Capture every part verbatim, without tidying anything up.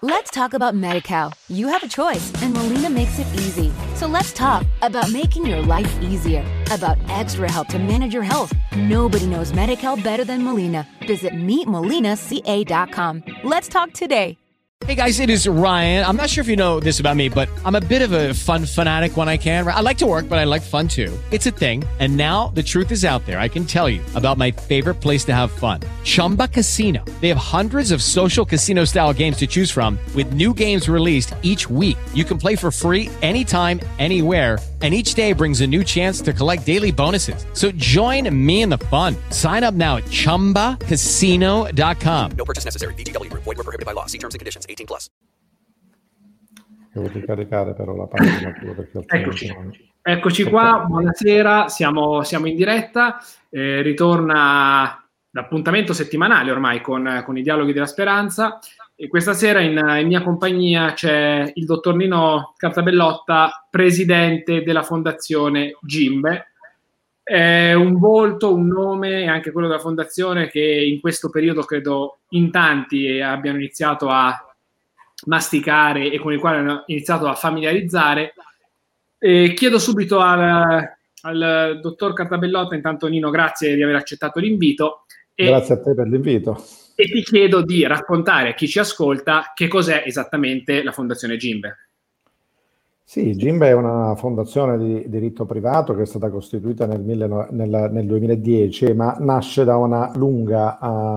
Let's talk about Medi-Cal. You have a choice, and Molina makes it easy. So let's talk about making your life easier, about extra help to manage your health. Nobody knows Medi-Cal better than Molina. Visit meet molina c a dot com. Let's talk today. Hey guys, it is Ryan. I'm not sure if you know this about me, but I'm a bit of a fun fanatic when I can. I like to work, but I like fun too. It's a thing. And now the truth is out there. I can tell you about my favorite place to have fun. Chumba Casino. They have hundreds of social casino style games to choose from with new games released each week. You can play for free anytime, anywhere. And each day brings a new chance to collect daily bonuses. So join me in the fun. Sign up now at chumba casino dot com. No purchase necessary. V G W Group. Void where prohibited by law. See terms and conditions. eighteen plus. Devo ricaricare però la pagina perché Eccoci. non... Eccoci qua, buonasera, siamo, siamo in diretta, eh, ritorna l'appuntamento settimanale ormai con, con i dialoghi della speranza e questa sera in, in mia compagnia c'è il dottor Nino Cartabellotta, presidente della fondazione Gimbe. È un volto, un nome e anche quello della fondazione che in questo periodo credo in tanti abbiano iniziato a masticare e con il quale hanno iniziato a familiarizzare. E chiedo subito al, al dottor Cartabellotta, intanto Nino, grazie di aver accettato l'invito. E, Grazie a te per l'invito. E ti chiedo di raccontare a chi ci ascolta che cos'è esattamente la Fondazione Gimbe. Sì, Gimbe è una fondazione di diritto privato che è stata costituita nel, mille, nel, nel duemiladieci, ma nasce da una lunga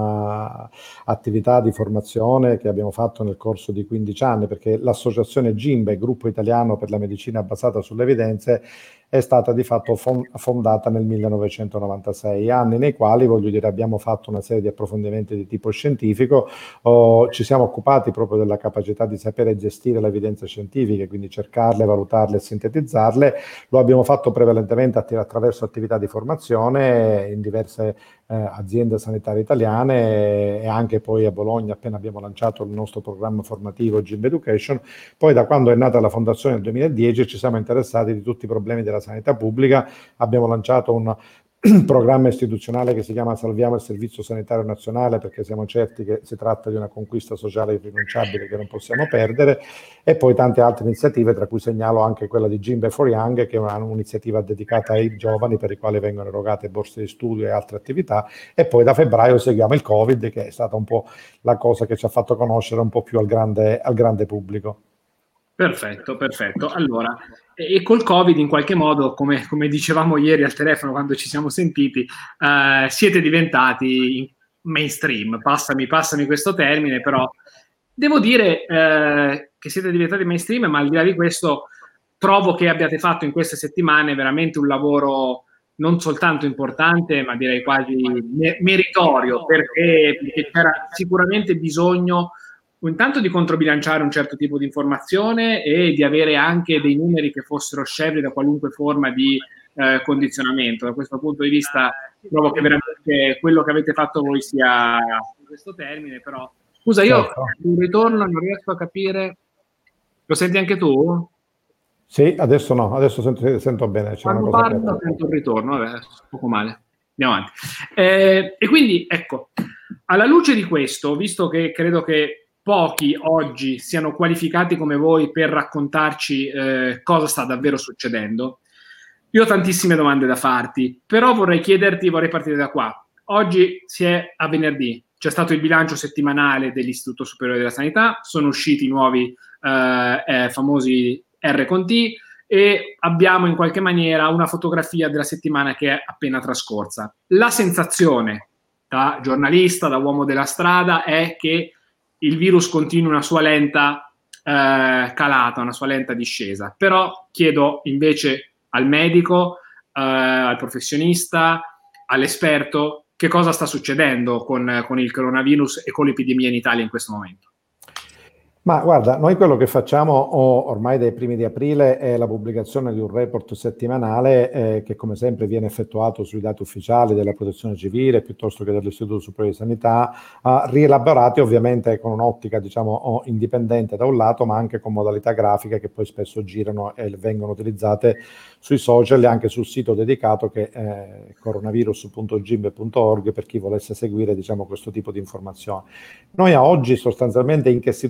uh, attività di formazione che abbiamo fatto nel corso di quindici anni, perché l'associazione Gimbe, Gruppo Italiano per la Medicina Basata sulle Evidenze, è stata di fatto fondata nel millenovecentonovantasei, anni nei quali, voglio dire, abbiamo fatto una serie di approfondimenti di tipo scientifico, oh, ci siamo occupati proprio della capacità di sapere gestire le evidenze scientifiche, quindi cercarle, valutarle e sintetizzarle. Lo abbiamo fatto prevalentemente att- attraverso attività di formazione in diverse eh, aziende sanitarie italiane e anche poi a Bologna appena abbiamo lanciato il nostro programma formativo Gimbe Education. Poi da quando è nata la fondazione nel duemiladieci ci siamo interessati di tutti i problemi della sanità pubblica, abbiamo lanciato un programma istituzionale che si chiama Salviamo il Servizio Sanitario Nazionale, perché siamo certi che si tratta di una conquista sociale irrinunciabile che non possiamo perdere, e poi tante altre iniziative, tra cui segnalo anche quella di Gimbe for Young, che è una, un'iniziativa dedicata ai giovani per i quali vengono erogate borse di studio e altre attività, e poi da febbraio seguiamo il Covid, che è stata un po' la cosa che ci ha fatto conoscere un po' più al grande, al grande pubblico. Perfetto, perfetto. Allora, e col Covid in qualche modo, come, come dicevamo ieri al telefono quando ci siamo sentiti, eh, siete diventati mainstream, passami, passami questo termine, però devo dire eh, che siete diventati mainstream, ma al di là di questo trovo che abbiate fatto in queste settimane veramente un lavoro non soltanto importante, ma direi quasi meritorio, perché, perché c'era sicuramente bisogno intanto di controbilanciare un certo tipo di informazione e di avere anche dei numeri che fossero scevri da qualunque forma di eh, condizionamento. Da questo punto di vista trovo che veramente quello che avete fatto voi sia in questo termine, però scusa, io Certo. un ritorno non riesco a capire. Lo senti anche tu? Sì, adesso no, adesso sento, sento bene. C'è Quando una cosa parlo che... sento il ritorno, vabbè, poco male. Andiamo avanti. Eh, e quindi, ecco, alla luce di questo, visto che credo che pochi oggi siano qualificati come voi per raccontarci eh, cosa sta davvero succedendo, io ho tantissime domande da farti, però vorrei chiederti, vorrei partire da qua. Oggi si è a venerdì, c'è stato il bilancio settimanale dell'Istituto Superiore della Sanità, sono usciti i nuovi eh, eh, famosi R con T e abbiamo in qualche maniera una fotografia della settimana che è appena trascorsa. La sensazione da giornalista, da uomo della strada, è che il virus continua una sua lenta eh, calata, una sua lenta discesa. Però chiedo invece al medico, eh, al professionista, all'esperto, che cosa sta succedendo con, con il coronavirus e con l'epidemia in Italia in questo momento. Ma guarda, noi quello che facciamo oh, ormai dai primi di aprile è la pubblicazione di un report settimanale eh, che come sempre viene effettuato sui dati ufficiali della Protezione Civile piuttosto che dell'Istituto Superiore di Sanità, eh, rielaborati ovviamente con un'ottica diciamo oh, indipendente da un lato, ma anche con modalità grafiche che poi spesso girano e vengono utilizzate sui social e anche sul sito dedicato che è eh, coronavirus punto gimbe punto org per chi volesse seguire diciamo questo tipo di informazioni. Noi a oggi sostanzialmente in che situazione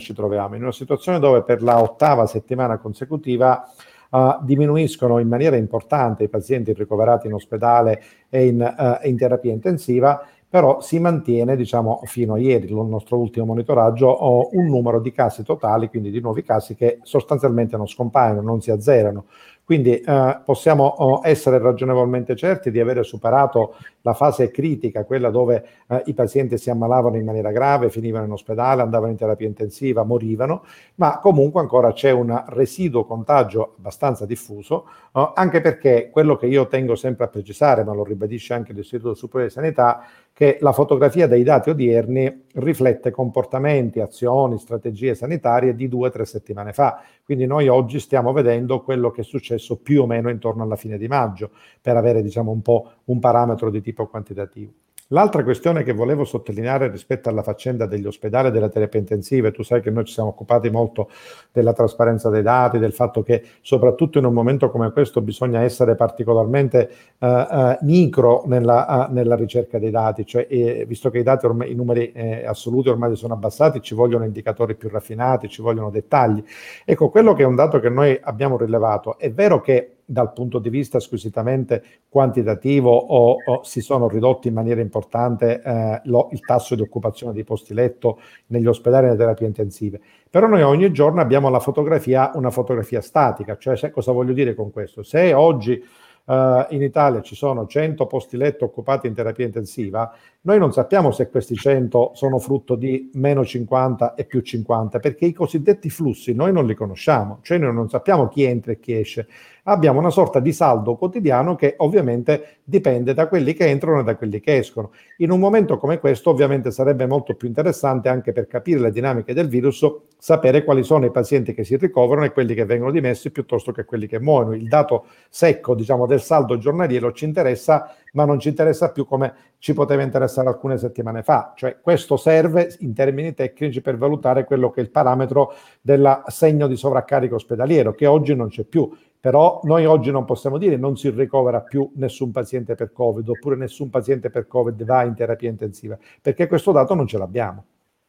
ci troviamo? In una situazione dove per la ottava settimana consecutiva Uh, diminuiscono in maniera importante i pazienti ricoverati in ospedale e in, uh, in terapia intensiva, però si mantiene, diciamo, fino a ieri, il nostro ultimo monitoraggio, oh, un numero di casi totali, quindi di nuovi casi che sostanzialmente non scompaiono, non si azzerano. Quindi eh, possiamo oh, essere ragionevolmente certi di avere superato la fase critica, quella dove eh, i pazienti si ammalavano in maniera grave, finivano in ospedale, andavano in terapia intensiva, morivano, ma comunque ancora c'è un residuo contagio abbastanza diffuso, eh, anche perché quello che io tengo sempre a precisare, ma lo ribadisce anche l'Istituto Superiore di Sanità, che la fotografia dei dati odierni riflette comportamenti, azioni, strategie sanitarie di due o tre settimane fa. Quindi noi oggi stiamo vedendo quello che è successo più o meno intorno alla fine di maggio, per avere, diciamo, un po' un parametro di tipo quantitativo. L'altra questione che volevo sottolineare rispetto alla faccenda degli ospedali e delle terapie intensive, tu sai che noi ci siamo occupati molto della trasparenza dei dati, del fatto che soprattutto in un momento come questo bisogna essere particolarmente uh, uh, micro nella, uh, nella ricerca dei dati, cioè eh, visto che i dati ormai, i numeri eh, assoluti ormai sono abbassati, ci vogliono indicatori più raffinati, ci vogliono dettagli. Ecco, quello che è un dato che noi abbiamo rilevato, è vero che dal punto di vista squisitamente quantitativo o, o si sono ridotti in maniera importante eh, lo, il tasso di occupazione dei posti letto negli ospedali e nelle terapie intensive. Però noi ogni giorno abbiamo la fotografia, una fotografia statica, cioè se, cosa voglio dire con questo? Se oggi Uh, in Italia ci sono cento posti letto occupati in terapia intensiva, noi non sappiamo se questi cento sono frutto di meno cinquanta e più cinquanta, perché i cosiddetti flussi noi non li conosciamo, cioè noi non sappiamo chi entra e chi esce. Abbiamo una sorta di saldo quotidiano che ovviamente dipende da quelli che entrano e da quelli che escono. In un momento come questo ovviamente sarebbe molto più interessante, anche per capire le dinamiche del virus, sapere quali sono i pazienti che si ricoverano e quelli che vengono dimessi piuttosto che quelli che muoiono. Il dato secco, diciamo, del saldo giornaliero ci interessa, ma non ci interessa più come ci poteva interessare alcune settimane fa. Cioè questo serve in termini tecnici per valutare quello che è il parametro del segno di sovraccarico ospedaliero, che oggi non c'è più. Però noi oggi non possiamo dire non si ricovera più nessun paziente per Covid, oppure nessun paziente per Covid va in terapia intensiva, perché questo dato non ce l'abbiamo.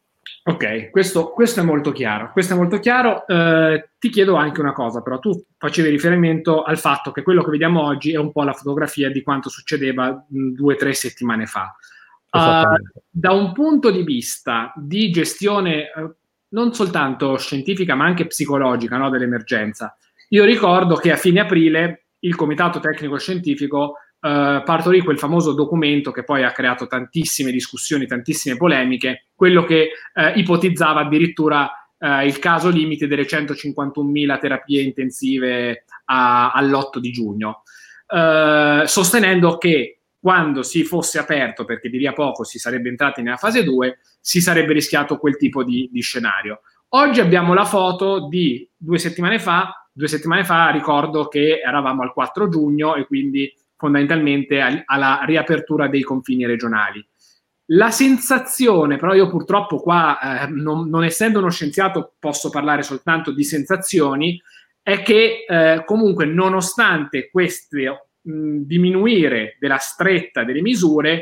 Ok, questo, questo è molto chiaro. Questo è molto chiaro. Eh, ti chiedo anche una cosa, però tu facevi riferimento al fatto che quello che vediamo oggi è un po' la fotografia di quanto succedeva mh, due o tre settimane fa. Uh, da un punto di vista di gestione uh, non soltanto scientifica ma anche psicologica, no, dell'emergenza, io ricordo che a fine aprile il Comitato Tecnico Scientifico Uh, partorì quel famoso documento che poi ha creato tantissime discussioni, tantissime polemiche, quello che uh, ipotizzava addirittura uh, il caso limite delle centocinquantunomila terapie intensive a, all'otto di giugno, uh, sostenendo che quando si fosse aperto, perché di lì a poco si sarebbe entrati nella fase due, si sarebbe rischiato quel tipo di, di scenario. Oggi abbiamo la foto di due settimane fa, due settimane fa ricordo che eravamo al quattro giugno e quindi fondamentalmente alla riapertura dei confini regionali. La sensazione, però io purtroppo qua, eh, non, non essendo uno scienziato, posso parlare soltanto di sensazioni, è che eh, comunque nonostante questo mh, diminuire della stretta delle misure,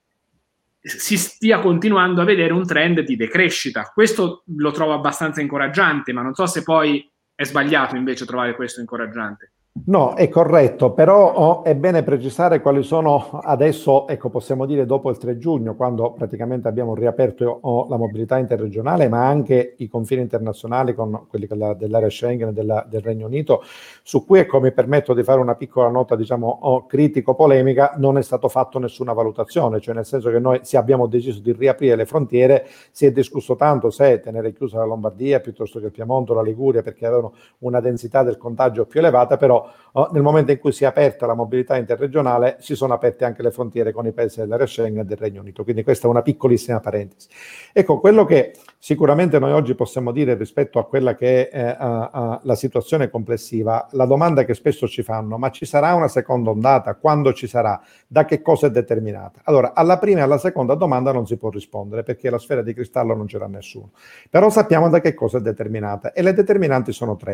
si stia continuando a vedere un trend di decrescita. Questo lo trovo abbastanza incoraggiante, ma non so se poi è sbagliato invece trovare questo incoraggiante. No, è corretto, però oh, è bene precisare quali sono adesso, ecco, possiamo dire dopo il tre giugno, quando praticamente abbiamo riaperto oh, la mobilità interregionale, ma anche i confini internazionali con quelli dell'area Schengen e della, del Regno Unito, su cui, ecco, mi permetto di fare una piccola nota, diciamo, oh, critico-polemica, non è stato fatto nessuna valutazione, cioè nel senso che noi, se abbiamo deciso di riaprire le frontiere, si è discusso tanto se tenere chiusa la Lombardia piuttosto che il Piemonte o la Liguria, perché avevano una densità del contagio più elevata, però Oh, nel momento in cui si è aperta la mobilità interregionale si sono aperte anche le frontiere con i paesi dell'area Schengen e del Regno Unito, quindi questa è una piccolissima parentesi. Ecco, quello che sicuramente noi oggi possiamo dire rispetto a quella che è eh, uh, la situazione complessiva, la domanda che spesso ci fanno: ma ci sarà una seconda ondata? Quando ci sarà? Da che cosa è determinata? Allora, alla prima e alla seconda domanda non si può rispondere, perché la sfera di cristallo non ce l'ha nessuno, però sappiamo da che cosa è determinata, e le determinanti sono tre.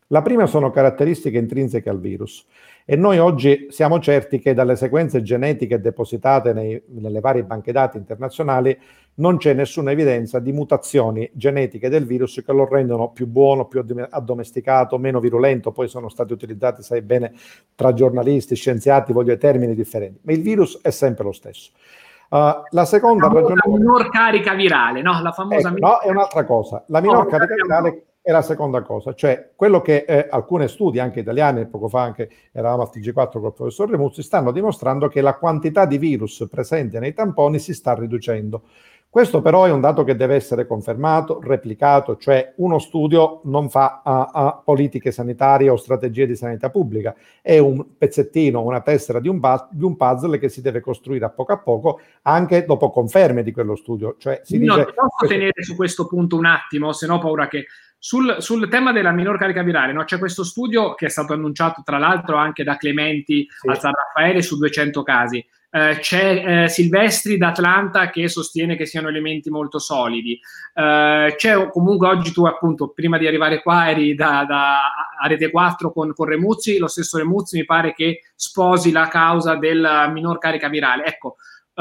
La prima sono caratteristiche intrinseche al virus e noi oggi siamo certi che dalle sequenze genetiche depositate nei, nelle varie banche dati internazionali non c'è nessuna evidenza di mutazioni genetiche del virus che lo rendono più buono, più addomesticato, meno virulento. Poi sono stati utilizzati, sai bene, tra giornalisti, scienziati, voglio termini differenti, ma il virus è sempre lo stesso. Uh, la seconda la ragione... La minor carica virale, no? La famosa... Ecco, no, è un'altra cosa. La minor no, carica virale è la seconda cosa, cioè quello che eh, alcuni studi, anche italiani, poco fa anche eravamo al T G quattro col professor Remuzzi, stanno dimostrando che la quantità di virus presente nei tamponi si sta riducendo. Questo però è un dato che deve essere confermato, replicato, cioè uno studio non fa a, a politiche sanitarie o strategie di sanità pubblica, è un pezzettino, una tessera di un, di un puzzle che si deve costruire a poco a poco, anche dopo conferme di quello studio. Cioè, si no, dice, ti posso questo... tenere su questo punto un attimo, se no ho paura che... Sul, sul tema della minor carica virale, no? C'è questo studio che è stato annunciato tra l'altro anche da Clementi sì. al San Raffaele su duecento casi. Uh, c'è uh, Silvestri d'Atlanta che sostiene che siano elementi molto solidi. Uh, c'è comunque oggi tu appunto prima di arrivare qua eri da, da a Rete quattro con, con Remuzzi, lo stesso Remuzzi mi pare che sposi la causa della minor carica virale. Ecco,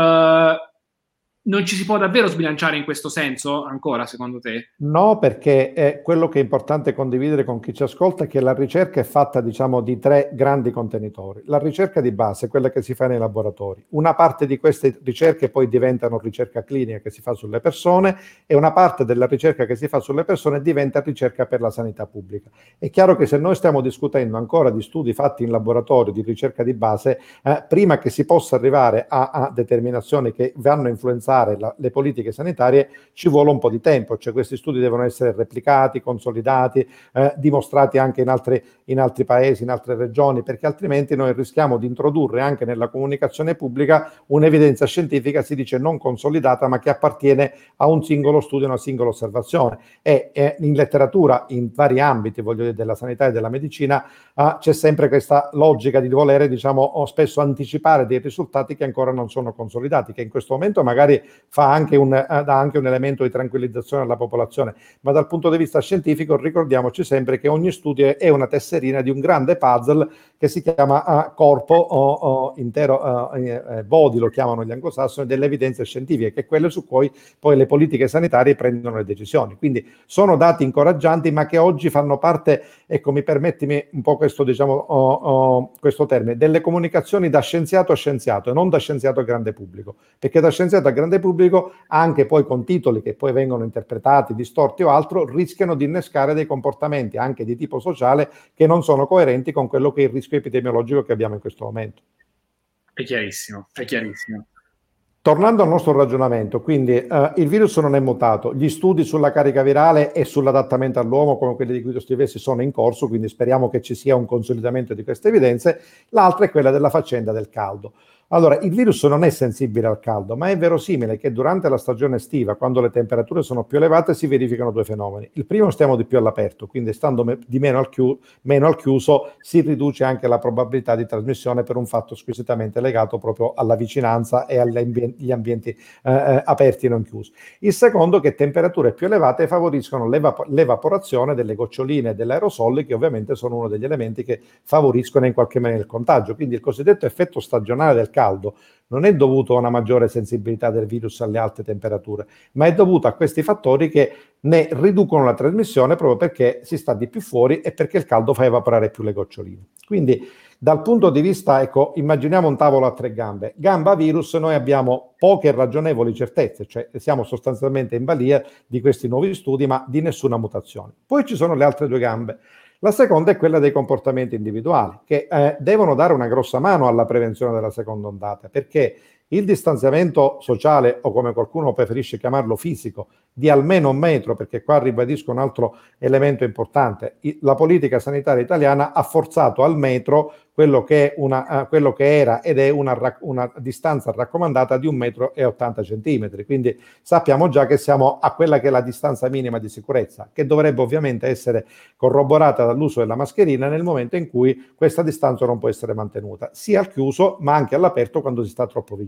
uh, non ci si può davvero sbilanciare in questo senso ancora, secondo te? No, perché è quello che è importante condividere con chi ci ascolta è che la ricerca è fatta, diciamo, di tre grandi contenitori. La ricerca di base, quella che si fa nei laboratori. Una parte di queste ricerche poi diventano ricerca clinica che si fa sulle persone e una parte della ricerca che si fa sulle persone diventa ricerca per la sanità pubblica. È chiaro che se noi stiamo discutendo ancora di studi fatti in laboratorio, di ricerca di base, eh, prima che si possa arrivare a, a determinazioni che vanno a influenzare La, le politiche sanitarie ci vuole un po' di tempo, cioè questi studi devono essere replicati, consolidati, eh, dimostrati anche in altri, in altri paesi, in altre regioni, perché altrimenti noi rischiamo di introdurre anche nella comunicazione pubblica un'evidenza scientifica, si dice non consolidata, ma che appartiene a un singolo studio, a una singola osservazione. E, e in letteratura, in vari ambiti, voglio dire, della sanità e della medicina, eh, c'è sempre questa logica di volere, diciamo, spesso anticipare dei risultati che ancora non sono consolidati, che in questo momento magari fa anche un, dà anche un elemento di tranquillizzazione alla popolazione, ma dal punto di vista scientifico ricordiamoci sempre che ogni studio è una tesserina di un grande puzzle che si chiama uh, corpo o, o intero uh, eh, body, lo chiamano gli anglosassoni, delle evidenze scientifiche, che è quelle su cui poi le politiche sanitarie prendono le decisioni. Quindi sono dati incoraggianti, ma che oggi fanno parte, ecco, mi permettimi un po' questo, diciamo, oh, oh, questo termine, delle comunicazioni da scienziato a scienziato e non da scienziato a grande pubblico, perché da scienziato a grande pubblico, anche poi con titoli che poi vengono interpretati, distorti o altro, rischiano di innescare dei comportamenti anche di tipo sociale che non sono coerenti con quello che è il rischio epidemiologico che abbiamo in questo momento. È chiarissimo, è chiarissimo. Tornando al nostro ragionamento, quindi eh, il virus non è mutato, gli studi sulla carica virale e sull'adattamento all'uomo, come quelli di cui tu scrivessi, sono in corso, quindi speriamo che ci sia un consolidamento di queste evidenze. L'altra è quella della faccenda del caldo. Allora, il virus non è sensibile al caldo, ma è verosimile che durante la stagione estiva, quando le temperature sono più elevate, si verificano due fenomeni. Il primo, stiamo di più all'aperto, quindi stando me- di meno al, chiu- meno al chiuso, si riduce anche la probabilità di trasmissione per un fatto squisitamente legato proprio alla vicinanza e agli ambienti, ambienti eh, aperti e non chiusi. Il secondo, che temperature più elevate favoriscono l'evap- l'evaporazione delle goccioline e dell'aerosol, che ovviamente sono uno degli elementi che favoriscono in qualche maniera il contagio. Quindi il cosiddetto effetto stagionale del caldo non è dovuto a una maggiore sensibilità del virus alle alte temperature, ma è dovuto a questi fattori che ne riducono la trasmissione proprio perché si sta di più fuori e perché il caldo fa evaporare più le goccioline. Quindi dal punto di vista, ecco, immaginiamo un tavolo a tre gambe. Gamba virus, noi abbiamo poche ragionevoli certezze, cioè siamo sostanzialmente in balia di questi nuovi studi, ma di nessuna mutazione. Poi ci sono le altre due gambe. La seconda è quella dei comportamenti individuali, che eh, devono dare una grossa mano alla prevenzione della seconda ondata, perché il distanziamento sociale, o come qualcuno preferisce chiamarlo fisico, di almeno un metro, perché qua ribadisco un altro elemento importante, la politica sanitaria italiana ha forzato al metro quello che, è una, uh, quello che era ed è una, una distanza raccomandata di un metro e ottanta centimetri, quindi sappiamo già che siamo a quella che è la distanza minima di sicurezza, che dovrebbe ovviamente essere corroborata dall'uso della mascherina nel momento in cui questa distanza non può essere mantenuta, sia al chiuso ma anche all'aperto quando si sta troppo vicini.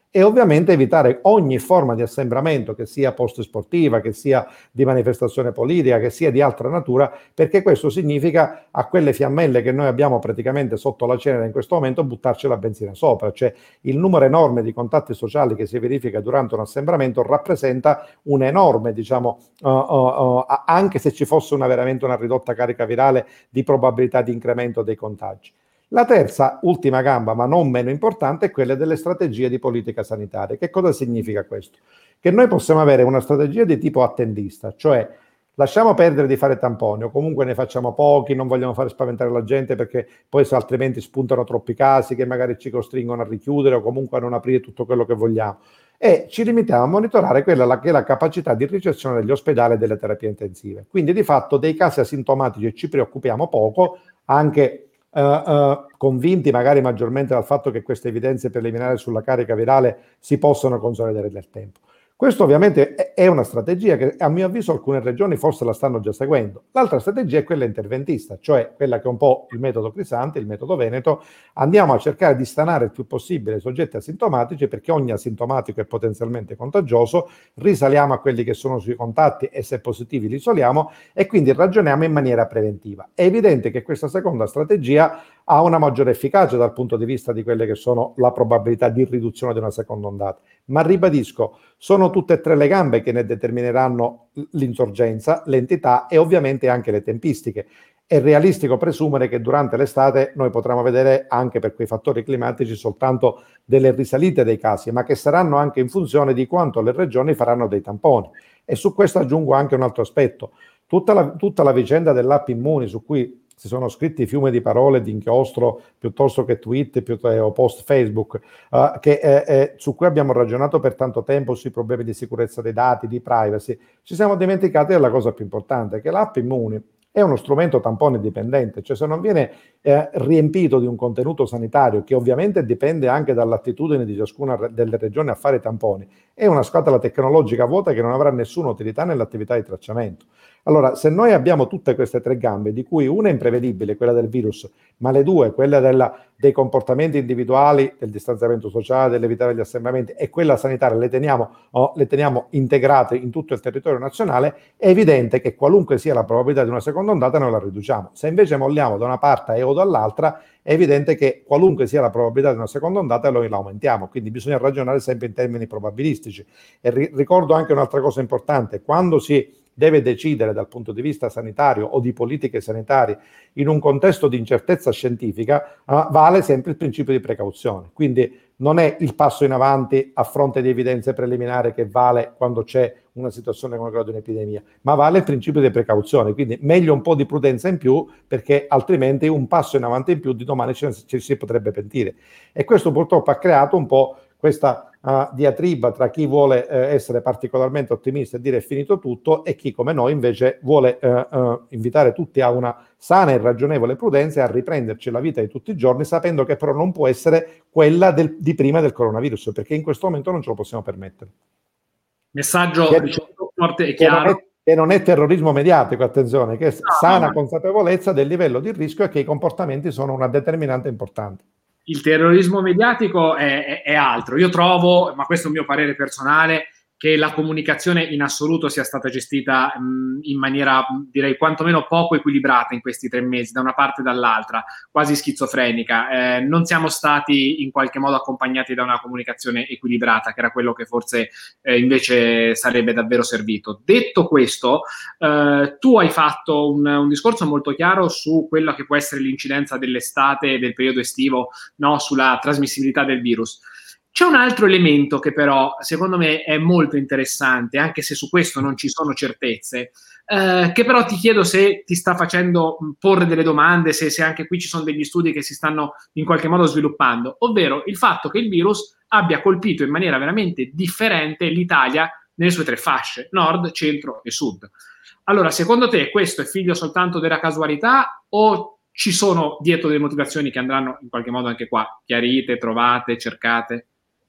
e ovviamente evitare ogni forma di assembramento, che sia post sportiva, che sia di manifestazione politica, che sia di altra natura, perché questo significa a quelle fiammelle che noi abbiamo praticamente sotto la cenere in questo momento buttarci la benzina sopra, cioè il numero enorme di contatti sociali che si verifica durante un assembramento rappresenta un enorme, diciamo, uh, uh, uh, anche se ci fosse una veramente una ridotta carica virale, di probabilità di incremento dei contagi. La terza, ultima gamba, ma non meno importante, è quella delle strategie di politica sanitaria. Che cosa significa questo? Che noi possiamo avere una strategia di tipo attendista, cioè lasciamo perdere di fare tamponi o comunque ne facciamo pochi, non vogliamo fare spaventare la gente perché poi se altrimenti spuntano troppi casi che magari ci costringono a richiudere o comunque a non aprire tutto quello che vogliamo. E ci limitiamo a monitorare quella che è la capacità di ricezione degli ospedali e delle terapie intensive. Quindi di fatto dei casi asintomatici ci preoccupiamo poco, anche Uh, uh, convinti magari maggiormente dal fatto che queste evidenze preliminari sulla carica virale si possono consolidare nel tempo. Questo ovviamente è una strategia che a mio avviso alcune regioni forse la stanno già seguendo. L'altra strategia è quella interventista, cioè quella che è un po' il metodo Crisanti, il metodo Veneto. Andiamo a cercare di stanare il più possibile i soggetti asintomatici, perché ogni asintomatico è potenzialmente contagioso, risaliamo a quelli che sono sui contatti e se positivi li isoliamo e quindi ragioniamo in maniera preventiva. È evidente che questa seconda strategia ha una maggiore efficacia dal punto di vista di quelle che sono la probabilità di riduzione di una seconda ondata, ma ribadisco, sono tutte e tre le gambe che ne determineranno l'insorgenza, l'entità e ovviamente anche le tempistiche. È realistico presumere che durante l'estate noi potremo vedere anche per quei fattori climatici soltanto delle risalite dei casi, ma che saranno anche in funzione di quanto le regioni faranno dei tamponi. E su questo aggiungo anche un altro aspetto. Tutta la, tutta la vicenda dell'app Immuni, su cui si sono scritti fiume di parole, di inchiostro, piuttosto che tweet piuttosto, o post Facebook, uh, che, eh, eh, su cui abbiamo ragionato per tanto tempo sui problemi di sicurezza dei dati, di privacy. Ci siamo dimenticati della cosa più importante, che l'app Immuni è uno strumento tampone dipendente, cioè se non viene eh, riempito di un contenuto sanitario, che ovviamente dipende anche dall'attitudine di ciascuna re- delle regioni a fare tamponi, è una scatola tecnologica vuota che non avrà nessuna utilità nell'attività di tracciamento. Allora, se noi abbiamo tutte queste tre gambe, di cui una è imprevedibile, quella del virus, ma le due, quella della, dei comportamenti individuali, del distanziamento sociale, dell'evitare gli assembramenti, e quella sanitaria, le teniamo, oh, le teniamo integrate in tutto il territorio nazionale, è evidente che qualunque sia la probabilità di una seconda ondata noi la riduciamo. Se invece molliamo da una parte e o dall'altra, è evidente che qualunque sia la probabilità di una seconda ondata noi la aumentiamo, quindi bisogna ragionare sempre in termini probabilistici. E ri- ricordo anche un'altra cosa importante: quando si deve decidere dal punto di vista sanitario o di politiche sanitarie in un contesto di incertezza scientifica, uh, vale sempre il principio di precauzione. Quindi non è il passo in avanti a fronte di evidenze preliminari che vale quando c'è una situazione come quella di un'epidemia, ma vale il principio di precauzione. Quindi meglio un po' di prudenza in più, perché altrimenti un passo in avanti in più di domani ci, ci si potrebbe pentire. E questo purtroppo ha creato un po' questa uh, diatriba tra chi vuole uh, essere particolarmente ottimista e dire è finito tutto e chi come noi invece vuole uh, uh, invitare tutti a una sana e ragionevole prudenza e a riprenderci la vita di tutti i giorni, sapendo che però non può essere quella del, di prima del coronavirus, perché in questo momento non ce lo possiamo permettere. Messaggio che, diciamo, forte e chiaro. E non è terrorismo mediatico, attenzione, che è no, sana no. consapevolezza del livello di rischio e che i comportamenti sono una determinante importante. Il terrorismo mediatico è, è, è altro. Io trovo, ma questo è un mio parere personale, che la comunicazione in assoluto sia stata gestita mh, in maniera, direi, quantomeno poco equilibrata in questi tre mesi, da una parte e dall'altra, quasi schizofrenica. Eh, non siamo stati in qualche modo accompagnati da una comunicazione equilibrata, che era quello che forse eh, invece sarebbe davvero servito. Detto questo, eh, tu hai fatto un, un discorso molto chiaro su quella che può essere l'incidenza dell'estate, del periodo estivo, no, sulla trasmissibilità del virus. C'è un altro elemento che però secondo me è molto interessante, anche se su questo non ci sono certezze, eh, che però ti chiedo se ti sta facendo porre delle domande, se, se anche qui ci sono degli studi che si stanno in qualche modo sviluppando, ovvero il fatto che il virus abbia colpito in maniera veramente differente l'Italia nelle sue tre fasce, nord, centro e sud. Allora, secondo te questo è figlio soltanto della casualità o ci sono dietro delle motivazioni che andranno in qualche modo anche qua chiarite, trovate, cercate?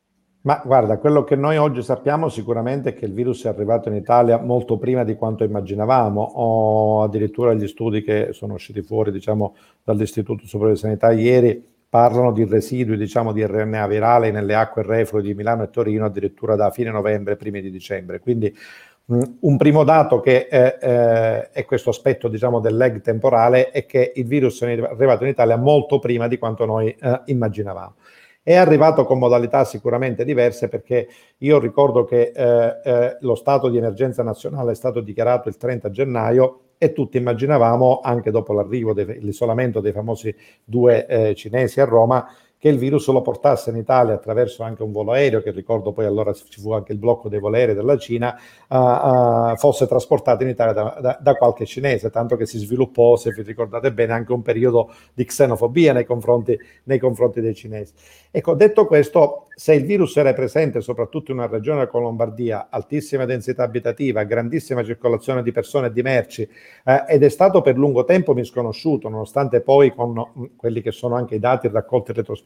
Ma guarda, quello che noi oggi sappiamo sicuramente è che il virus è arrivato in Italia molto prima di quanto immaginavamo, o addirittura gli studi che sono usciti fuori, diciamo, dall'Istituto Superiore di Sanità ieri parlano di residui, diciamo, di R N A virale nelle acque reflue di Milano e Torino addirittura da fine novembre, primi di dicembre. Quindi mh, un primo dato che eh, eh, è questo aspetto, diciamo, del lag temporale, è che il virus è arrivato in Italia molto prima di quanto noi eh, immaginavamo. È arrivato con modalità sicuramente diverse, perché io ricordo che eh, eh, lo stato di emergenza nazionale è stato dichiarato il trenta gennaio e tutti immaginavamo, anche dopo l'arrivo dell'isolamento dei famosi due eh, cinesi a Roma, che il virus lo portasse in Italia attraverso anche un volo aereo, che ricordo poi allora ci fu anche il blocco dei voli aerei della Cina, uh, uh, fosse trasportato in Italia da, da, da qualche cinese, tanto che si sviluppò, se vi ricordate bene, anche un periodo di xenofobia nei confronti, nei confronti dei cinesi. Ecco, detto questo, se il virus era presente soprattutto in una regione come Lombardia, altissima densità abitativa, grandissima circolazione di persone e di merci, eh, ed è stato per lungo tempo misconosciuto, nonostante poi con mh, quelli che sono anche i dati raccolti retrospettivamente,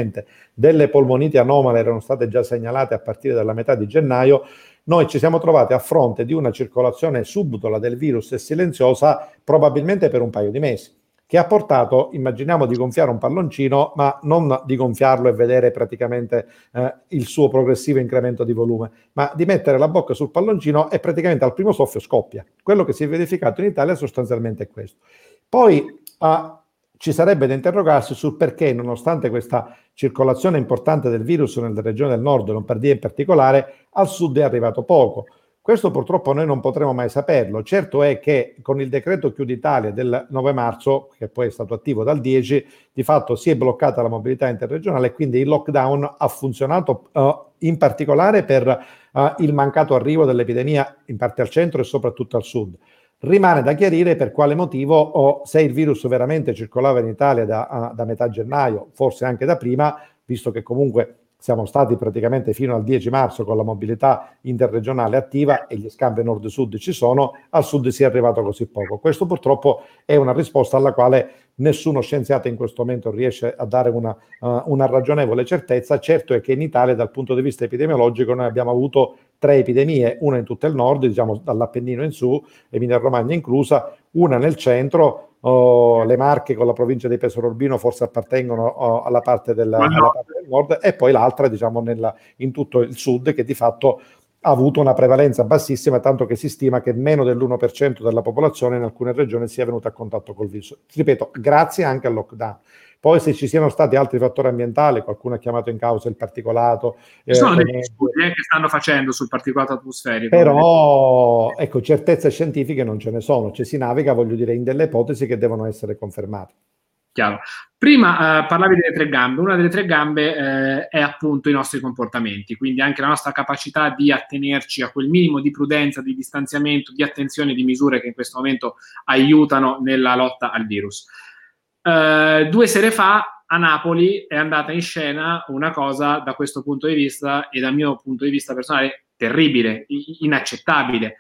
delle polmoniti anomale erano state già segnalate a partire dalla metà di gennaio, noi ci siamo trovati a fronte di una circolazione subdola del virus e silenziosa probabilmente per un paio di mesi, che ha portato, immaginiamo, di gonfiare un palloncino, ma non di gonfiarlo e vedere praticamente eh, il suo progressivo incremento di volume, ma di mettere la bocca sul palloncino e praticamente al primo soffio scoppia. Quello che si è verificato in Italia sostanzialmente è questo. Poi eh, ci sarebbe da interrogarsi sul perché, nonostante questa circolazione importante del virus nelle regioni del nord, Lombardia in particolare, al sud è arrivato poco. Questo purtroppo noi non potremo mai saperlo. Certo è che con il decreto Chiudi Italia del nove marzo, che poi è stato attivo dal dieci, di fatto si è bloccata la mobilità interregionale e quindi il lockdown ha funzionato uh, in particolare per uh, il mancato arrivo dell'epidemia in parte al centro e soprattutto al sud. Rimane da chiarire per quale motivo, o se il virus veramente circolava in Italia da, uh, da metà gennaio, forse anche da prima, visto che comunque siamo stati praticamente fino al dieci marzo con la mobilità interregionale attiva e gli scambi nord-sud ci sono, al sud si è arrivato così poco. Questo purtroppo è una risposta alla quale nessuno scienziato in questo momento riesce a dare una, uh, una ragionevole certezza. Certo è che in Italia dal punto di vista epidemiologico noi abbiamo avuto tre epidemie, una in tutto il nord, diciamo dall'Appennino in su, Emilia-Romagna inclusa, una nel centro. Oh, le Marche con la provincia di Pesaro Urbino forse appartengono oh, alla, parte della, no. alla parte del nord, e poi l'altra diciamo nella, in tutto il sud, che di fatto ha avuto una prevalenza bassissima, tanto che si stima che meno dell'uno per cento della popolazione in alcune regioni sia venuta a contatto col virus. Ripeto, grazie anche al lockdown. Poi se ci siano stati altri fattori ambientali, qualcuno ha chiamato in causa il particolato. Ci sono eh, degli studi eh, che stanno facendo sul particolato atmosferico. Però, ecco, certezze scientifiche non ce ne sono. Ci si naviga, voglio dire, in delle ipotesi che devono essere confermate. Chiaro. Prima eh, parlavi delle tre gambe. Una delle tre gambe eh, è appunto i nostri comportamenti, quindi anche la nostra capacità di attenerci a quel minimo di prudenza, di distanziamento, di attenzione, di misure che in questo momento aiutano nella lotta al virus. Uh, due sere fa a Napoli è andata in scena una cosa da questo punto di vista e dal mio punto di vista personale terribile, inaccettabile.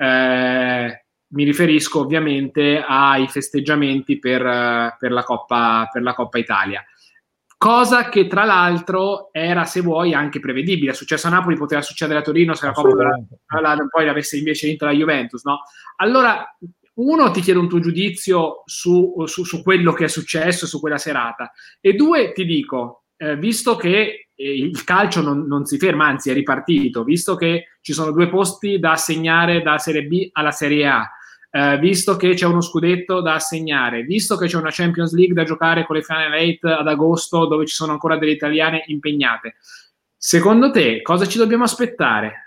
Uh, mi riferisco ovviamente ai festeggiamenti per, uh, per, la Coppa, per la Coppa Italia. Cosa che tra l'altro era, se vuoi, anche prevedibile. È successo a Napoli, poteva succedere a Torino se la Coppa poi l'avesse invece vinta la Juventus, no? Allora, uno, ti chiedo un tuo giudizio su, su, su quello che è successo, su quella serata, e due, ti dico, eh, visto che eh, il calcio non, non si ferma, anzi è ripartito, visto che ci sono due posti da assegnare da Serie B alla Serie A, eh, visto che c'è uno scudetto da assegnare, visto che c'è una Champions League da giocare con le Final Eight ad agosto, dove ci sono ancora delle italiane impegnate, secondo te cosa ci dobbiamo aspettare?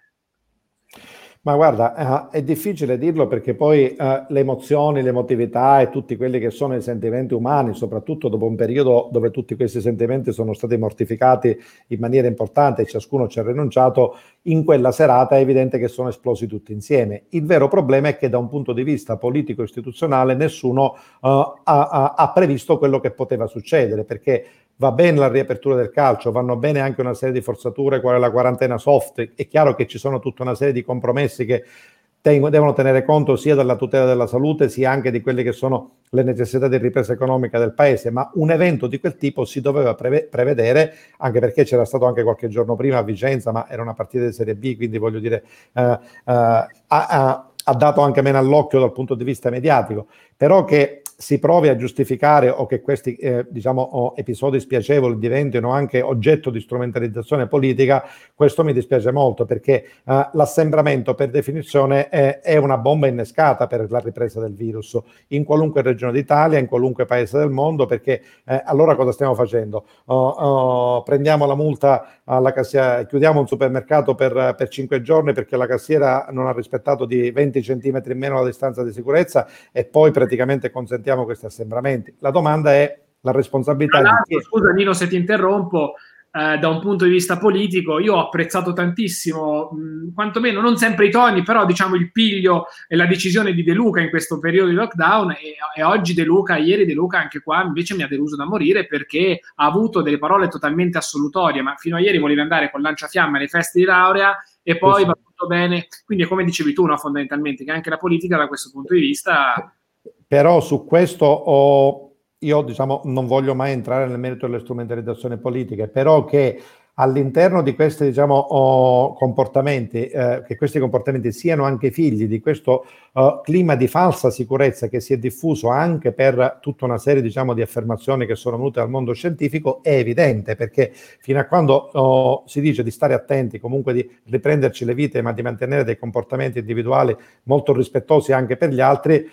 Ma guarda, eh, è difficile dirlo perché poi eh, le emozioni, l'emotività e tutti quelli che sono i sentimenti umani, soprattutto dopo un periodo dove tutti questi sentimenti sono stati mortificati in maniera importante e ciascuno ci ha rinunciato, in quella serata è evidente che sono esplosi tutti insieme. Il vero problema è che da un punto di vista politico-istituzionale nessuno uh, ha, ha, ha previsto quello che poteva succedere, perché va bene la riapertura del calcio, vanno bene anche una serie di forzature quale la quarantena soft, è chiaro che ci sono tutta una serie di compromessi che ten- devono tenere conto sia della tutela della salute sia anche di quelle che sono le necessità di ripresa economica del paese, ma un evento di quel tipo si doveva preve- prevedere, anche perché c'era stato anche qualche giorno prima a Vicenza, ma era una partita di Serie B, quindi voglio dire uh, uh, ha, ha, ha dato anche meno all'occhio dal punto di vista mediatico, però che si provi a giustificare o che questi eh, diciamo oh, episodi spiacevoli diventino anche oggetto di strumentalizzazione politica, questo mi dispiace molto, perché eh, l'assembramento per definizione è, è una bomba innescata per la ripresa del virus in qualunque regione d'Italia, in qualunque paese del mondo, perché eh, allora cosa stiamo facendo? Oh, oh, prendiamo la multa alla cassiera, chiudiamo un supermercato per, per cinque giorni perché la cassiera non ha rispettato di venti centimetri in meno la distanza di sicurezza e poi praticamente consentiamo questi assembramenti. La domanda è la responsabilità di chi... Scusa Nino se ti interrompo, eh, da un punto di vista politico io ho apprezzato tantissimo, mh, quantomeno non sempre i toni, però diciamo il piglio e la decisione di De Luca in questo periodo di lockdown, e, e oggi De Luca, ieri De Luca anche qua invece mi ha deluso da morire, perché ha avuto delle parole totalmente assolutorie, ma fino a ieri volevi andare con lanciafiamme alle feste di laurea e poi va tutto bene, quindi è come dicevi tu, no, fondamentalmente, che anche la politica da questo punto di vista... Però su questo ho... Io diciamo non voglio mai entrare nel merito delle strumentalizzazioni politiche, però che all'interno di questi diciamo oh, comportamenti, eh, che questi comportamenti siano anche figli di questo uh, clima di falsa sicurezza che si è diffuso anche per tutta una serie diciamo di affermazioni che sono venute dal mondo scientifico, è evidente, perché fino a quando oh, si dice di stare attenti, comunque di riprenderci le vite, ma di mantenere dei comportamenti individuali molto rispettosi anche per gli altri,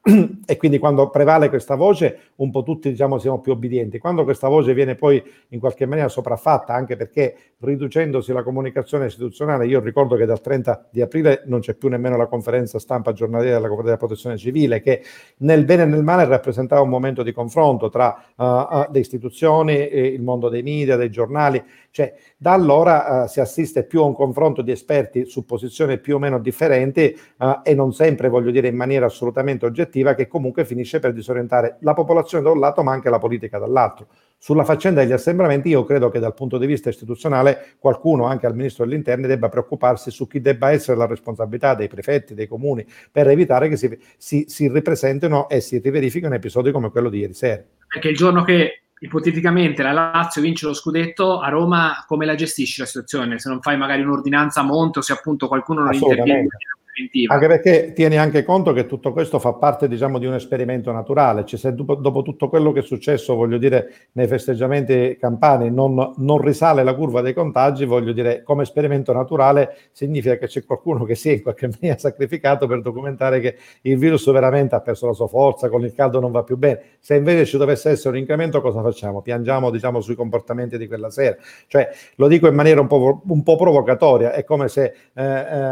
e quindi quando prevale questa voce un po' tutti diciamo siamo più obbedienti. Quando questa voce viene poi in qualche maniera sopraffatta, anche perché riducendosi la comunicazione istituzionale, io ricordo che dal trenta di aprile non c'è più nemmeno la conferenza stampa giornaliera della, della protezione civile, che nel bene e nel male rappresentava un momento di confronto tra uh, uh, le istituzioni, eh, il mondo dei media, dei giornali, cioè da allora uh, si assiste più a un confronto di esperti su posizioni più o meno differenti uh, e non sempre, voglio dire, in maniera assolutamente oggettiva, che comunque finisce per disorientare la popolazione da un lato ma anche la politica dall'altro. Sulla faccenda degli assembramenti io credo che dal punto di vista istituzionale qualcuno, anche al Ministro degli Interni, debba preoccuparsi su chi debba essere la responsabilità dei prefetti, dei comuni, per evitare che si, si, si ripresentino e si riverifichino episodi come quello di ieri sera. Perché il giorno che ipoteticamente la Lazio vince lo scudetto, a Roma come la gestisci la situazione? Se non fai magari un'ordinanza a monte o se appunto qualcuno non interviene. Anche perché tieni anche conto che tutto questo fa parte diciamo di un esperimento naturale, cioè se dopo, dopo tutto quello che è successo, voglio dire, nei festeggiamenti campani non, non risale la curva dei contagi, voglio dire, come esperimento naturale significa che c'è qualcuno che si è in qualche maniera sacrificato per documentare che il virus veramente ha perso la sua forza, con il caldo non va più bene. Se invece ci dovesse essere un incremento, cosa facciamo? Piangiamo diciamo sui comportamenti di quella sera. Cioè lo dico in maniera un po', un po' provocatoria, è come se eh,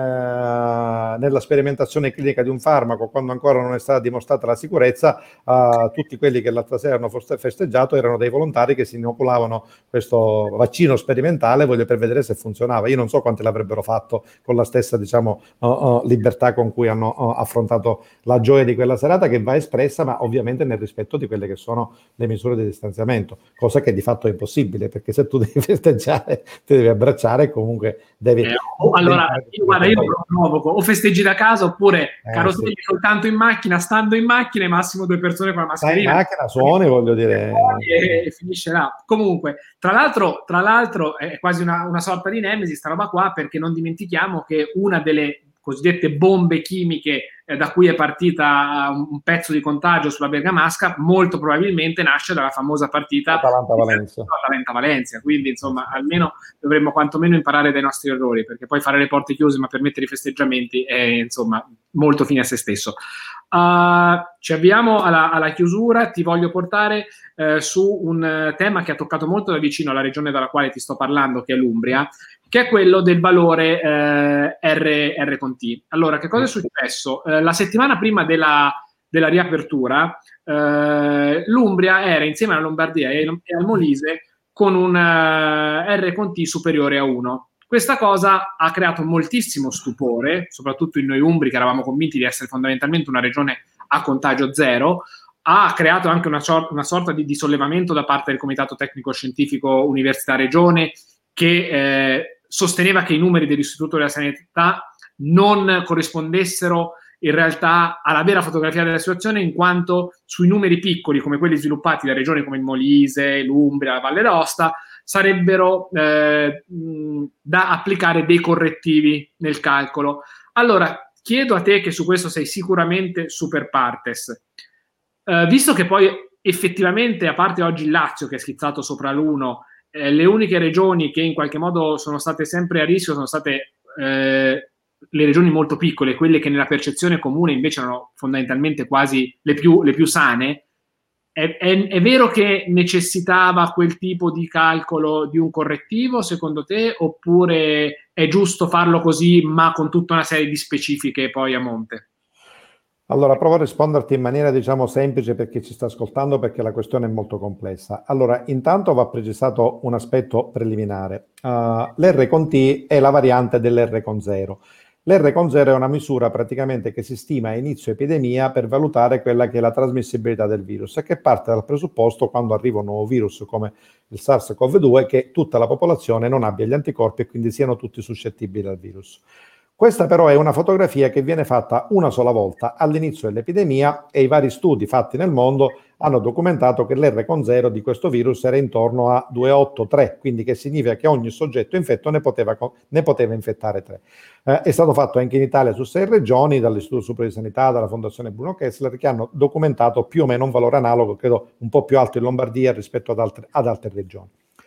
eh, nella sperimentazione clinica di un farmaco, quando ancora non è stata dimostrata la sicurezza, uh, tutti quelli che l'altra sera hanno festeggiato erano dei volontari che si inoculavano questo vaccino sperimentale, voglio per vedere se funzionava. Io non so quanti l'avrebbero fatto con la stessa diciamo uh, uh, libertà con cui hanno uh, affrontato la gioia di quella serata, che va espressa ma ovviamente nel rispetto di quelle che sono le misure di distanziamento, cosa che di fatto è impossibile, perché se tu devi festeggiare ti devi abbracciare e comunque devi... Eh, oh, allora, io, guarda, io lo provoco, o festeggi da casa oppure eh, carosserie sì. soltanto in macchina, stando in macchina e massimo due persone con la mascherina. Stai in macchina, suoni, voglio dire. E, e finisce là. Comunque, tra l'altro, tra l'altro è quasi una, una sorta di nemesi sta roba qua, perché non dimentichiamo che una delle cosiddette bombe chimiche eh, da cui è partita un, un pezzo di contagio sulla Bergamasca molto probabilmente nasce dalla famosa partita Atalanta-Valencia. Atalanta-Valencia, quindi insomma almeno dovremmo quantomeno imparare dai nostri errori, perché poi fare le porte chiuse ma permettere i festeggiamenti è insomma molto fine a se stesso. Uh, ci avviamo alla, alla chiusura. Ti voglio portare uh, su un uh, tema che ha toccato molto da vicino la regione dalla quale ti sto parlando, che è l'Umbria, che è quello del valore eh, R, R con T. Allora, che cosa è successo? Eh, la settimana prima della, della riapertura, eh, l'Umbria era insieme alla Lombardia e, e al Molise con un uh, R con T superiore a uno. Questa cosa ha creato moltissimo stupore, soprattutto in noi umbri, che eravamo convinti di essere fondamentalmente una regione a contagio zero. Ha creato anche una, una sorta di, di sollevamento da parte del Comitato Tecnico Scientifico Università-Regione, che eh, sosteneva che i numeri dell'Istituto della Sanità non corrispondessero in realtà alla vera fotografia della situazione, in quanto sui numeri piccoli, come quelli sviluppati da regioni come il Molise, l'Umbria, la Valle d'Aosta, sarebbero eh, da applicare dei correttivi nel calcolo. Allora, chiedo a te, che su questo sei sicuramente super partes, Uh, visto che poi effettivamente, a parte oggi il Lazio che è schizzato sopra l'uno, eh, le uniche regioni che in qualche modo sono state sempre a rischio sono state eh, le regioni molto piccole, quelle che nella percezione comune invece erano fondamentalmente quasi le più, le più sane. È, è, è vero che necessitava quel tipo di calcolo di un correttivo, secondo te, oppure è giusto farlo così, ma con tutta una serie di specifiche poi a monte? Allora, provo a risponderti in maniera, diciamo, semplice per chi ci sta ascoltando, perché la questione è molto complessa. Allora, intanto va precisato un aspetto preliminare. Uh, L'R con T è la variante dell'R con zero. L'R con zero è una misura praticamente che si stima a inizio epidemia per valutare quella che è la trasmissibilità del virus, e che parte dal presupposto, quando arriva un nuovo virus come il SARS-CoV due, che tutta la popolazione non abbia gli anticorpi e quindi siano tutti suscettibili al virus. Questa però è una fotografia che viene fatta una sola volta all'inizio dell'epidemia, e i vari studi fatti nel mondo hanno documentato che l'R con zero di questo virus era intorno a due virgola otto tre, quindi che significa che ogni soggetto infetto ne poteva, ne poteva infettare tre. Eh, è stato fatto anche in Italia su sei regioni, dall'Istituto Superiore di Sanità, dalla Fondazione Bruno Kessler, che hanno documentato più o meno un valore analogo, credo un po' più alto in Lombardia rispetto ad altre, ad altre regioni.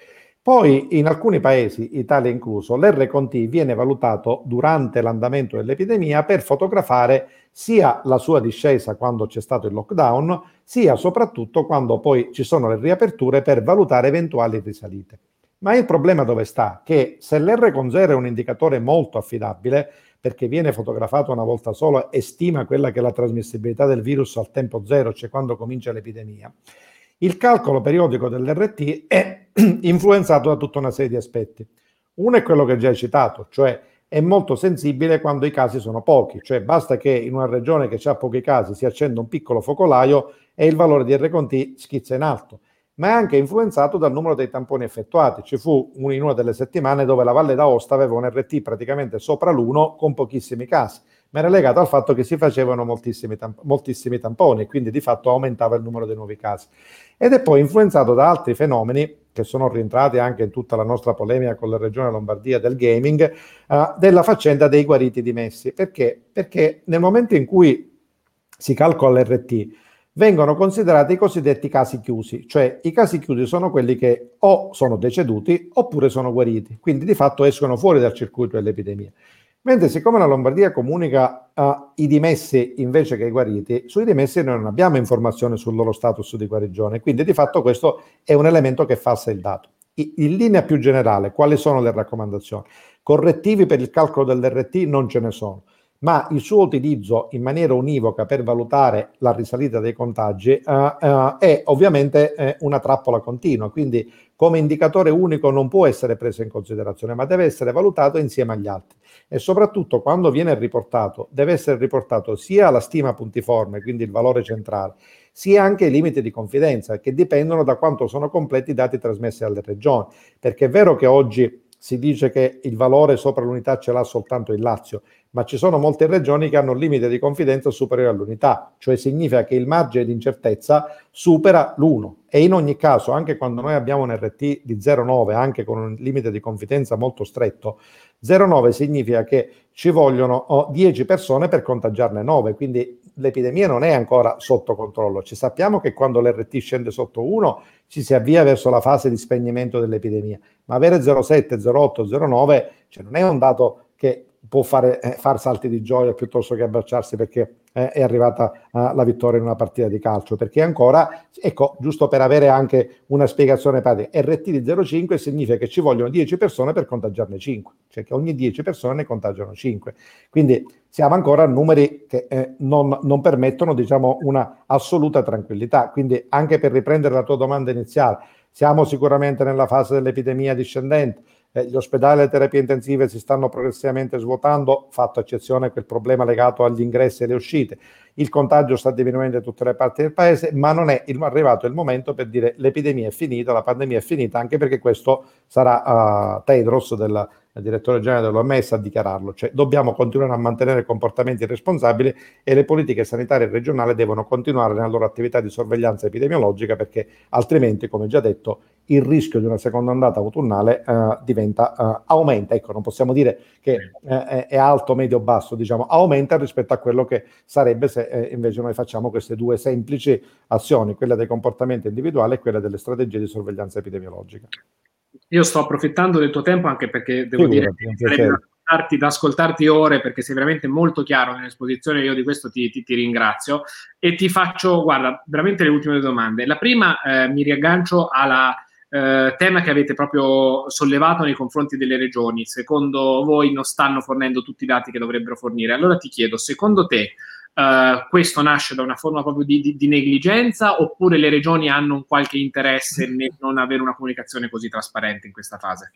Poi in alcuni paesi, Italia incluso, l'R con T viene valutato durante l'andamento dell'epidemia per fotografare sia la sua discesa quando c'è stato il lockdown, sia soprattutto quando poi ci sono le riaperture, per valutare eventuali risalite. Ma il problema dove sta? Che se l'R con zero è un indicatore molto affidabile, perché viene fotografato una volta sola e stima quella che è la trasmissibilità del virus al tempo zero, cioè quando comincia l'epidemia, il calcolo periodico dell'R T è influenzato da tutta una serie di aspetti. Uno è quello che già hai citato, cioè è molto sensibile quando i casi sono pochi, cioè basta che in una regione che ha pochi casi si accenda un piccolo focolaio e il valore di R con T schizza in alto. Ma è anche influenzato dal numero dei tamponi effettuati. Ci fu in una delle settimane dove la Valle d'Aosta aveva un R T praticamente sopra l'uno con pochissimi casi, ma era legato al fatto che si facevano moltissimi, tamp- moltissimi tamponi e quindi di fatto aumentava il numero dei nuovi casi. Ed è poi influenzato da altri fenomeni che sono rientrati anche in tutta la nostra polemica con la regione Lombardia del gaming, uh, della faccenda dei guariti dimessi. Perché? Perché nel momento in cui si calcola l'R T vengono considerati i cosiddetti casi chiusi, cioè i casi chiusi sono quelli che o sono deceduti oppure sono guariti, quindi di fatto escono fuori dal circuito dell'epidemia. Mentre siccome la Lombardia comunica uh, i dimessi invece che i guariti, sui dimessi noi non abbiamo informazioni sul loro status di guarigione, quindi di fatto questo è un elemento che falsa il dato. I, in linea più generale, quali sono le raccomandazioni? Correttivi per il calcolo dell'R T non ce ne sono, ma il suo utilizzo in maniera univoca per valutare la risalita dei contagi uh, uh, è ovviamente eh, una trappola continua, quindi come indicatore unico non può essere preso in considerazione, ma deve essere valutato insieme agli altri. E soprattutto quando viene riportato, deve essere riportato sia la stima puntiforme, quindi il valore centrale, sia anche i limiti di confidenza, che dipendono da quanto sono completi i dati trasmessi alle regioni, perché è vero che oggi si dice che il valore sopra l'unità ce l'ha soltanto il Lazio, ma ci sono molte regioni che hanno un limite di confidenza superiore all'unità, cioè significa che il margine di incertezza supera l'uno, e in ogni caso, anche quando noi abbiamo un R T di zero virgola nove, anche con un limite di confidenza molto stretto, zero virgola nove significa che ci vogliono oh, dieci persone per contagiarne nove, quindi l'epidemia non è ancora sotto controllo. Ci sappiamo che quando l'R T scende sotto uno ci si avvia verso la fase di spegnimento dell'epidemia, ma avere zero virgola sette, zero virgola otto, zero virgola nove cioè non è un dato che può fare eh, far salti di gioia piuttosto che abbracciarsi perché eh, è arrivata uh, la vittoria in una partita di calcio, perché ancora, ecco, giusto per avere anche una spiegazione pratica, R T di zero virgola cinque significa che ci vogliono dieci persone per contagiarne cinque, cioè che ogni dieci persone ne contagiano cinque, quindi siamo ancora a numeri che eh, non, non permettono, diciamo, una assoluta tranquillità. Quindi anche per riprendere la tua domanda iniziale, siamo sicuramente nella fase dell'epidemia discendente. Eh, gli ospedali e le terapie intensive si stanno progressivamente svuotando, fatto eccezione quel problema legato agli ingressi e alle uscite. Il contagio sta diminuendo in tutte le parti del paese, ma non è il, arrivato il momento per dire l'epidemia è finita, la pandemia è finita, anche perché questo sarà uh, Tedros del il direttore generale dell'O M S a dichiararlo, cioè dobbiamo continuare a mantenere comportamenti responsabili e le politiche sanitarie regionali devono continuare nella loro attività di sorveglianza epidemiologica, perché altrimenti, come già detto, il rischio di una seconda ondata autunnale uh, diventa, uh, aumenta, ecco, non possiamo dire che uh, è, è alto, medio, basso, diciamo, aumenta rispetto a quello che sarebbe se eh, invece noi facciamo queste due semplici azioni, quella dei comportamenti individuali e quella delle strategie di sorveglianza epidemiologica. Io sto approfittando del tuo tempo, anche perché devo Figurati, dire che sarebbe da ascoltarti, da ascoltarti ore, perché sei veramente molto chiaro nell'esposizione. Io di questo ti, ti, ti ringrazio e ti faccio, guarda, veramente le ultime due domande. La prima, eh, mi riaggancio alla eh, tema che avete proprio sollevato nei confronti delle regioni. Secondo voi non stanno fornendo tutti i dati che dovrebbero fornire. Allora ti chiedo, secondo te Uh, questo nasce da una forma proprio di, di, di negligenza, oppure le regioni hanno un qualche interesse nel non avere una comunicazione così trasparente in questa fase?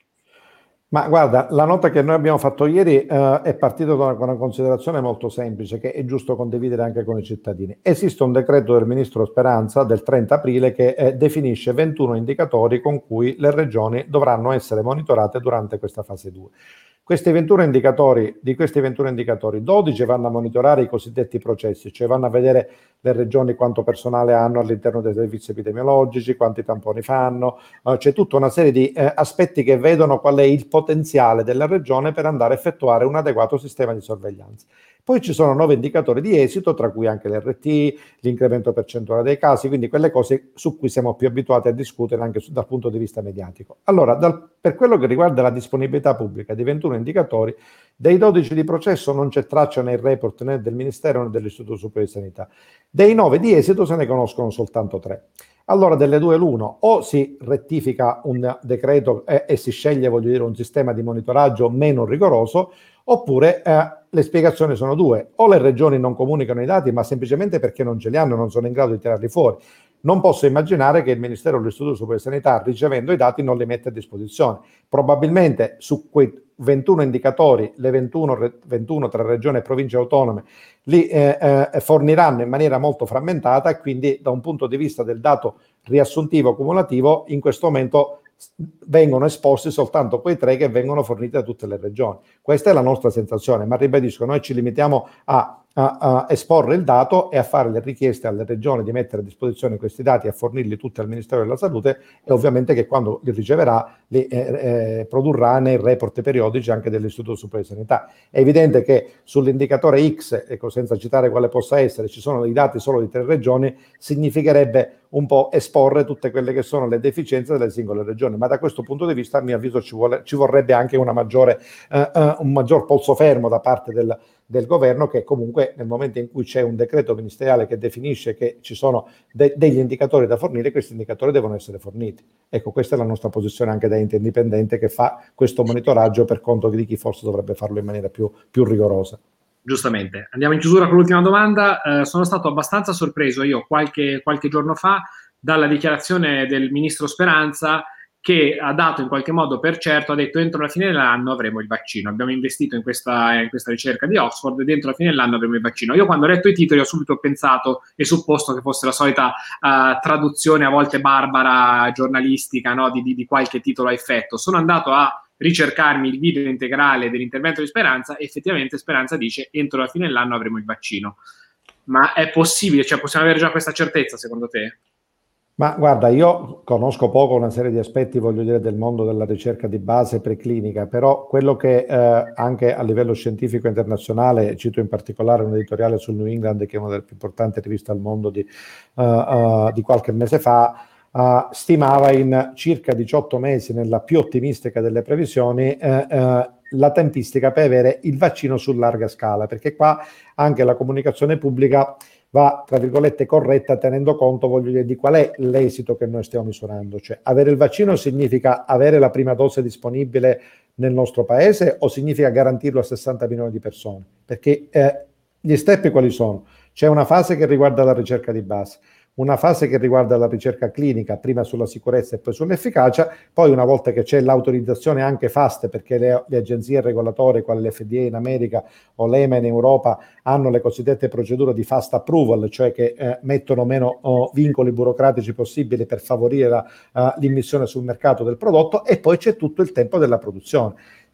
Ma guarda, la nota che noi abbiamo fatto ieri uh, è partita da una, una considerazione molto semplice che è giusto condividere anche con i cittadini. Esiste un decreto del ministro Speranza del trenta aprile che eh, definisce ventuno indicatori con cui le regioni dovranno essere monitorate durante questa fase due. Questi ventuno indicatori, di questi ventuno indicatori, dodici vanno a monitorare i cosiddetti processi, cioè vanno a vedere le regioni quanto personale hanno all'interno dei servizi epidemiologici, quanti tamponi fanno, eh, c'è tutta una serie di eh, aspetti che vedono qual è il potenziale della regione per andare a effettuare un adeguato sistema di sorveglianza. Poi ci sono nove indicatori di esito, tra cui anche l'R T, l'incremento percentuale dei casi, quindi quelle cose su cui siamo più abituati a discutere anche su, dal punto di vista mediatico. Allora, dal, per quello che riguarda la disponibilità pubblica di ventuno indicatori, dei dodici di processo non c'è traccia nei report né del Ministero né dell'Istituto Superiore di Sanità. Dei nove di esito se ne conoscono soltanto tre. Allora, delle due l'uno, o si rettifica un decreto e, e si sceglie, voglio dire, un sistema di monitoraggio meno rigoroso, oppure eh, le spiegazioni sono due: o le regioni non comunicano i dati, ma semplicemente perché non ce li hanno, non sono in grado di tirarli fuori. Non posso immaginare che il Ministero dell'Istituto Superiore di Sanità, ricevendo i dati, non li mette a disposizione. Probabilmente su quei ventuno indicatori, le ventuno, ventuno tra regioni e province autonome, li eh, eh, forniranno in maniera molto frammentata, e quindi da un punto di vista del dato riassuntivo cumulativo in questo momento vengono esposti soltanto quei tre che vengono forniti da tutte le regioni. Questa è la nostra sensazione, ma ribadisco, noi ci limitiamo a, a, a esporre il dato e a fare le richieste alle regioni di mettere a disposizione questi dati e a fornirli tutti al Ministero della Salute, e ovviamente che quando li riceverà li eh, eh, produrrà nei report periodici anche dell'Istituto Superiore di Sanità. È evidente che sull'indicatore X, ecco, senza citare quale possa essere, ci sono dei dati solo di tre regioni, significherebbe un po' esporre tutte quelle che sono le deficienze delle singole regioni, ma da questo punto di vista a mio avviso ci, vuole, ci vorrebbe anche una maggiore, eh, eh, un maggior polso fermo da parte del, del governo, che comunque nel momento in cui c'è un decreto ministeriale che definisce che ci sono de- degli indicatori da fornire, questi indicatori devono essere forniti. Ecco, questa è la nostra posizione anche da ente indipendente che fa questo monitoraggio per conto di chi forse dovrebbe farlo in maniera più, più rigorosa. Giustamente. Andiamo in chiusura con l'ultima domanda. Eh, sono stato abbastanza sorpreso io qualche, qualche giorno fa dalla dichiarazione del ministro Speranza, che ha dato in qualche modo per certo, ha detto entro la fine dell'anno avremo il vaccino. Abbiamo investito in questa, in questa ricerca di Oxford e dentro la fine dell'anno avremo il vaccino. Io quando ho letto i titoli ho subito pensato e supposto che fosse la solita uh, traduzione a volte barbara, giornalistica, no? di, di, di qualche titolo a effetto. Sono andato a ricercarmi il video integrale dell'intervento di Speranza e effettivamente Speranza dice entro la fine dell'anno avremo il vaccino. Ma è possibile? Cioè possiamo avere già questa certezza secondo te? Ma guarda, io conosco poco una serie di aspetti, voglio dire, del mondo della ricerca di base preclinica, però quello che eh, anche a livello scientifico internazionale, cito in particolare un editoriale sul New England, che è una delle più importanti riviste al mondo di, uh, uh, di qualche mese fa, Uh, stimava in circa diciotto mesi, nella più ottimistica delle previsioni, eh, eh, la tempistica per avere il vaccino su larga scala, perché qua anche la comunicazione pubblica va, tra virgolette, corretta, tenendo conto, voglio dire, di qual è l'esito che noi stiamo misurando. Cioè, avere il vaccino significa avere la prima dose disponibile nel nostro paese o significa garantirlo a sessanta milioni di persone? Perché eh, gli step quali sono? C'è una fase che riguarda la ricerca di base, una fase che riguarda la ricerca clinica, prima sulla sicurezza e poi sull'efficacia, poi una volta che c'è l'autorizzazione anche fast, perché le, le agenzie regolatorie, quali l'F D A in America o l'E M A in Europa, hanno le cosiddette procedure di fast approval, cioè che eh, mettono meno oh, vincoli burocratici possibili per favorire la, uh, l'immissione sul mercato del prodotto, e poi c'è tutto il tempo della produzione.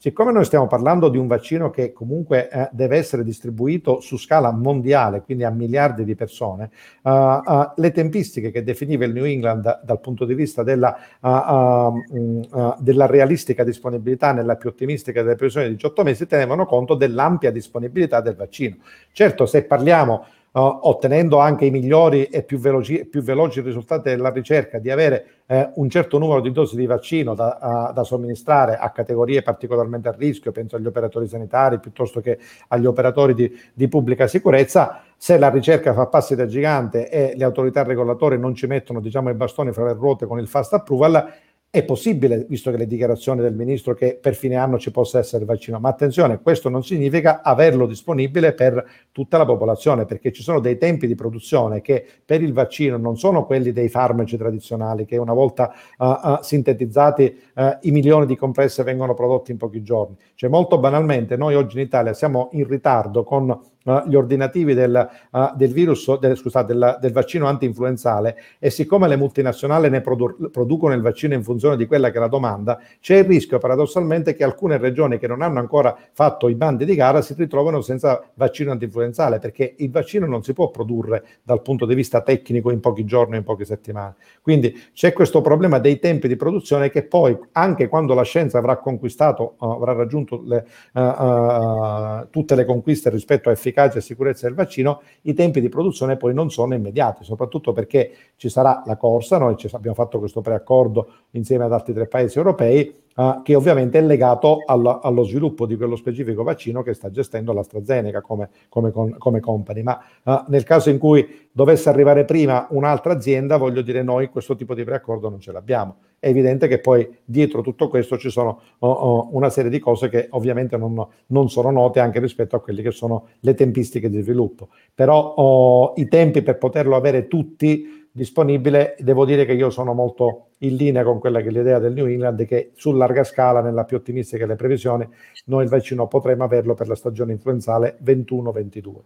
siccome noi stiamo parlando di un vaccino che comunque eh, deve essere distribuito su scala mondiale, quindi a miliardi di persone, uh, uh, le tempistiche che definiva il New England dal punto di vista della, uh, uh, uh, della realistica disponibilità nella più ottimistica delle previsioni di diciotto mesi tenevano conto dell'ampia disponibilità del vaccino. Certo, se parliamo Uh, ottenendo anche i migliori e più veloci, più veloci risultati della ricerca, di avere eh, un certo numero di dosi di vaccino da, uh, da somministrare a categorie particolarmente a rischio, penso agli operatori sanitari piuttosto che agli operatori di, di pubblica sicurezza, se la ricerca fa passi da gigante e le autorità regolatorie non ci mettono, diciamo, i bastoni fra le ruote con il fast approval, è possibile, visto che le dichiarazioni del ministro, che per fine anno ci possa essere il vaccino, ma attenzione, questo non significa averlo disponibile per tutta la popolazione, perché ci sono dei tempi di produzione che per il vaccino non sono quelli dei farmaci tradizionali, che una volta uh, uh, sintetizzati uh, i milioni di compresse vengono prodotti in pochi giorni. Cioè, molto banalmente, noi oggi in Italia siamo in ritardo con Uh, gli ordinativi del, uh, del virus, del, scusate, del, del vaccino anti-influenzale, e siccome le multinazionali ne produ- producono il vaccino in funzione di quella che è la domanda, c'è il rischio paradossalmente che alcune regioni che non hanno ancora fatto i bandi di gara si ritrovano senza vaccino anti-influenzale, perché il vaccino non si può produrre dal punto di vista tecnico in pochi giorni o in poche settimane. Quindi c'è questo problema dei tempi di produzione che poi, anche quando la scienza avrà conquistato, uh, avrà raggiunto le, uh, uh, tutte le conquiste rispetto a efficacia e sicurezza del vaccino, i tempi di produzione poi non sono immediati, soprattutto perché ci sarà la corsa, noi ci abbiamo fatto questo preaccordo insieme ad altri tre paesi europei, uh, che ovviamente è legato al, allo sviluppo di quello specifico vaccino che sta gestendo l'AstraZeneca come, come, come company, ma uh, nel caso in cui dovesse arrivare prima un'altra azienda, voglio dire, noi questo tipo di preaccordo non ce l'abbiamo. È evidente che poi dietro tutto questo ci sono oh, oh, una serie di cose che ovviamente non, non sono note anche rispetto a quelle che sono le tempistiche di sviluppo. Però oh, i tempi per poterlo avere tutti disponibile, devo dire che io sono molto in linea con quella che è l'idea del New England, che su larga scala, nella più ottimistica delle previsioni, noi il vaccino potremo averlo per la stagione influenzale ventuno ventidue.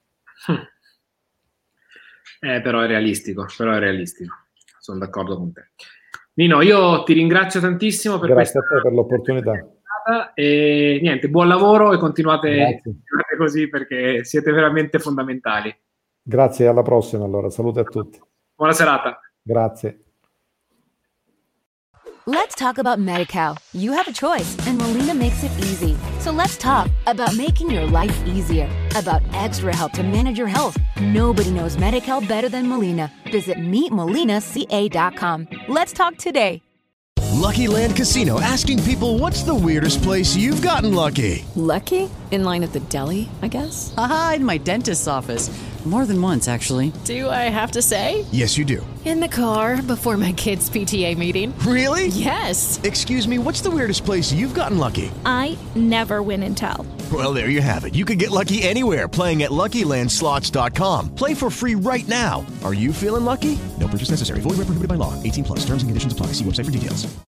Eh, però è realistico, però è realistico. Sono d'accordo con te. Nino, io ti ringrazio tantissimo per Grazie questa a te per l'opportunità. E niente, buon lavoro e continuate, continuate così, perché siete veramente fondamentali. Grazie, alla prossima allora. Salute a tutti. Buona serata. Grazie. Let's talk about Medi-Cal. You have a choice, and Molina makes it easy. So let's talk about making your life easier, about extra help to manage your health. Nobody knows Medi-Cal better than Molina. Visit meet molina c a dot com. Let's talk today. Lucky Land Casino, asking people, what's the weirdest place you've gotten lucky? Lucky? In line at the deli, I guess? Aha, in my dentist's office. More than once, actually. Do I have to say? Yes, you do. In the car before my kids' P T A meeting. Really? Yes. Excuse me, what's the weirdest place you've gotten lucky? I never win and tell. Well, there you have it. You can get lucky anywhere, playing at lucky land slots dot com. Play for free right now. Are you feeling lucky? No purchase necessary. Void where prohibited by law. eighteen plus. Terms and conditions apply. See website for details.